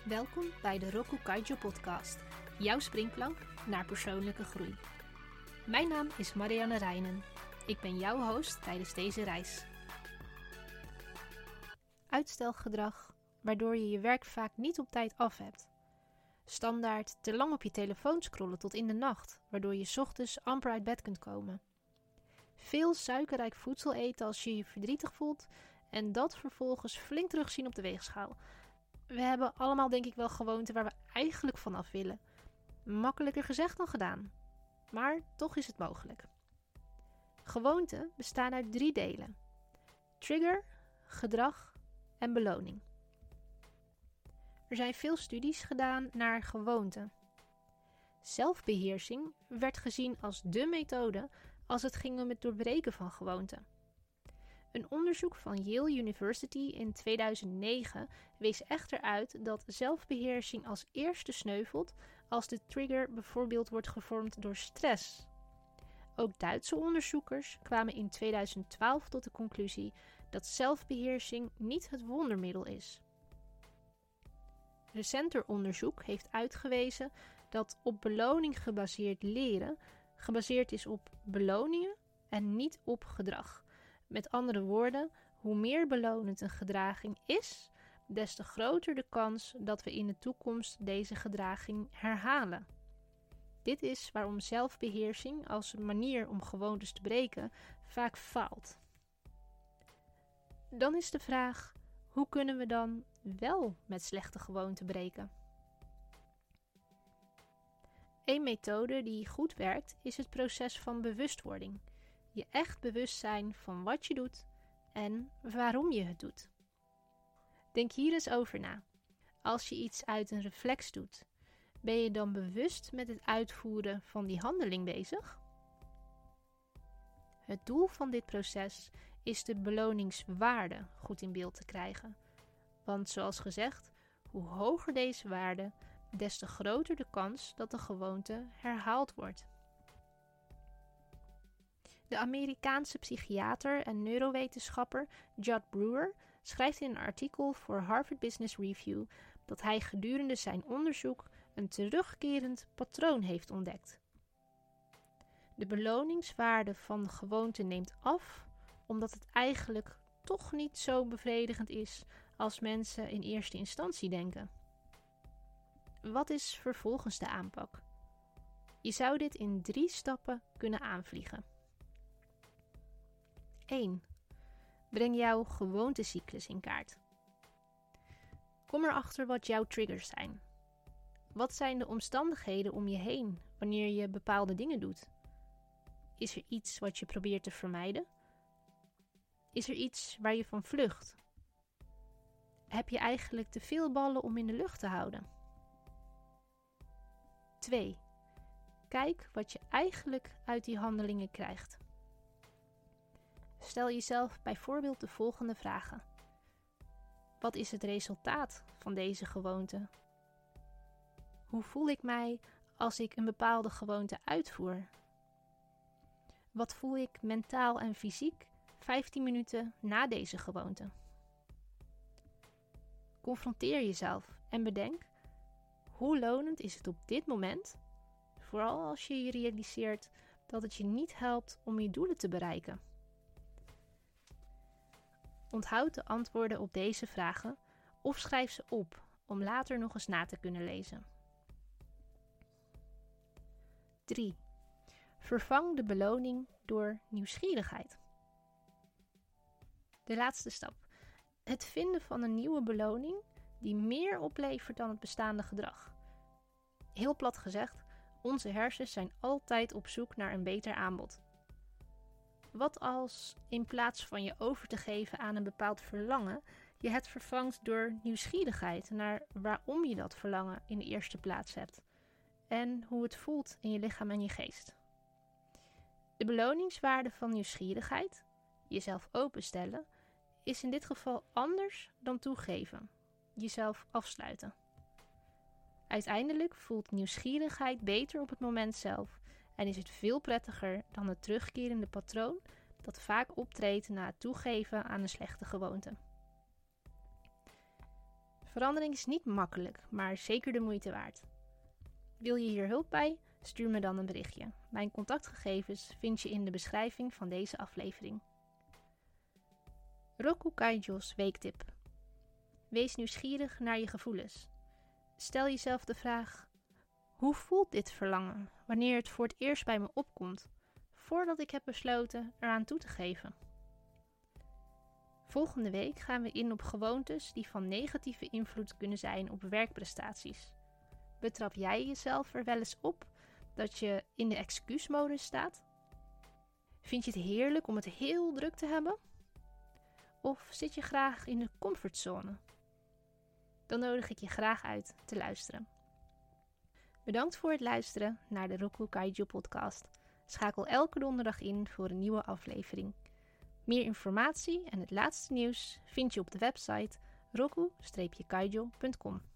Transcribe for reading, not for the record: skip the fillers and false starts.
Welkom bij de Roku Kaijo podcast, jouw springplank naar persoonlijke groei. Mijn naam is Marianne Reijnen. Ik ben jouw host tijdens deze reis. Uitstelgedrag, waardoor je je werk vaak niet op tijd af hebt. Standaard te lang op je telefoon scrollen tot in de nacht, waardoor je 's ochtends amper uit bed kunt komen. Veel suikerrijk voedsel eten als je je verdrietig voelt en dat vervolgens flink terugzien op de weegschaal. We hebben allemaal denk ik wel gewoonten waar we eigenlijk vanaf willen. Makkelijker gezegd dan gedaan. Maar toch is het mogelijk. Gewoonten bestaan uit 3 delen. Trigger, gedrag en beloning. Er zijn veel studies gedaan naar gewoonten. Zelfbeheersing werd gezien als dé methode als het ging om het doorbreken van gewoonten. Een onderzoek van Yale University in 2009 wees echter uit dat zelfbeheersing als eerste sneuvelt als de trigger bijvoorbeeld wordt gevormd door stress. Ook Duitse onderzoekers kwamen in 2012 tot de conclusie dat zelfbeheersing niet het wondermiddel is. Recenter onderzoek heeft uitgewezen dat op beloning gebaseerd leren gebaseerd is op beloningen en niet op gedrag. Met andere woorden, hoe meer belonend een gedraging is, des te groter de kans dat we in de toekomst deze gedraging herhalen. Dit is waarom zelfbeheersing als een manier om gewoontes te breken vaak faalt. Dan is de vraag, hoe kunnen we dan wel met slechte gewoonten breken? Een methode die goed werkt is het proces van bewustwording. Je echt bewust zijn van wat je doet en waarom je het doet. Denk hier eens over na. Als je iets uit een reflex doet, ben je dan bewust met het uitvoeren van die handeling bezig? Het doel van dit proces is de beloningswaarde goed in beeld te krijgen. Want zoals gezegd, hoe hoger deze waarde, des te groter de kans dat de gewoonte herhaald wordt. De Amerikaanse psychiater en neurowetenschapper Judd Brewer schrijft in een artikel voor Harvard Business Review dat hij gedurende zijn onderzoek een terugkerend patroon heeft ontdekt. De beloningswaarde van de gewoonte neemt af omdat het eigenlijk toch niet zo bevredigend is als mensen in eerste instantie denken. Wat is vervolgens de aanpak? Je zou dit in 3 stappen kunnen aanvliegen. 1. Breng jouw gewoontecyclus in kaart. Kom erachter wat jouw triggers zijn. Wat zijn de omstandigheden om je heen wanneer je bepaalde dingen doet? Is er iets wat je probeert te vermijden? Is er iets waar je van vlucht? Heb je eigenlijk te veel ballen om in de lucht te houden? 2. Kijk wat je eigenlijk uit die handelingen krijgt. Stel jezelf bijvoorbeeld de volgende vragen. Wat is het resultaat van deze gewoonte? Hoe voel ik mij als ik een bepaalde gewoonte uitvoer? Wat voel ik mentaal en fysiek 15 minuten na deze gewoonte? Confronteer jezelf en bedenk, hoe lonend is het op dit moment, vooral als je je realiseert dat het je niet helpt om je doelen te bereiken. Onthoud de antwoorden op deze vragen of schrijf ze op om later nog eens na te kunnen lezen. 3. Vervang de beloning door nieuwsgierigheid. De laatste stap. Het vinden van een nieuwe beloning die meer oplevert dan het bestaande gedrag. Heel plat gezegd, onze hersens zijn altijd op zoek naar een beter aanbod. Wat als, in plaats van je over te geven aan een bepaald verlangen, je het vervangt door nieuwsgierigheid naar waarom je dat verlangen in de eerste plaats hebt en hoe het voelt in je lichaam en je geest. De beloningswaarde van nieuwsgierigheid, jezelf openstellen, is in dit geval anders dan toegeven, jezelf afsluiten. Uiteindelijk voelt nieuwsgierigheid beter op het moment zelf en is het veel prettiger dan het terugkerende patroon dat vaak optreedt na het toegeven aan een slechte gewoonte. Verandering is niet makkelijk, maar zeker de moeite waard. Wil je hier hulp bij? Stuur me dan een berichtje. Mijn contactgegevens vind je in de beschrijving van deze aflevering. Roku Kaijo's weektip. Wees nieuwsgierig naar je gevoelens. Stel jezelf de vraag: hoe voelt dit verlangen wanneer het voor het eerst bij me opkomt, voordat ik heb besloten eraan toe te geven? Volgende week gaan we in op gewoontes die van negatieve invloed kunnen zijn op werkprestaties. Betrap jij jezelf er wel eens op dat je in de excuusmodus staat? Vind je het heerlijk om het heel druk te hebben? Of zit je graag in de comfortzone? Dan nodig ik je graag uit te luisteren. Bedankt voor het luisteren naar de Roku Kaijo podcast. Schakel elke donderdag in voor een nieuwe aflevering. Meer informatie en het laatste nieuws vind je op de website roku-kaijo.com.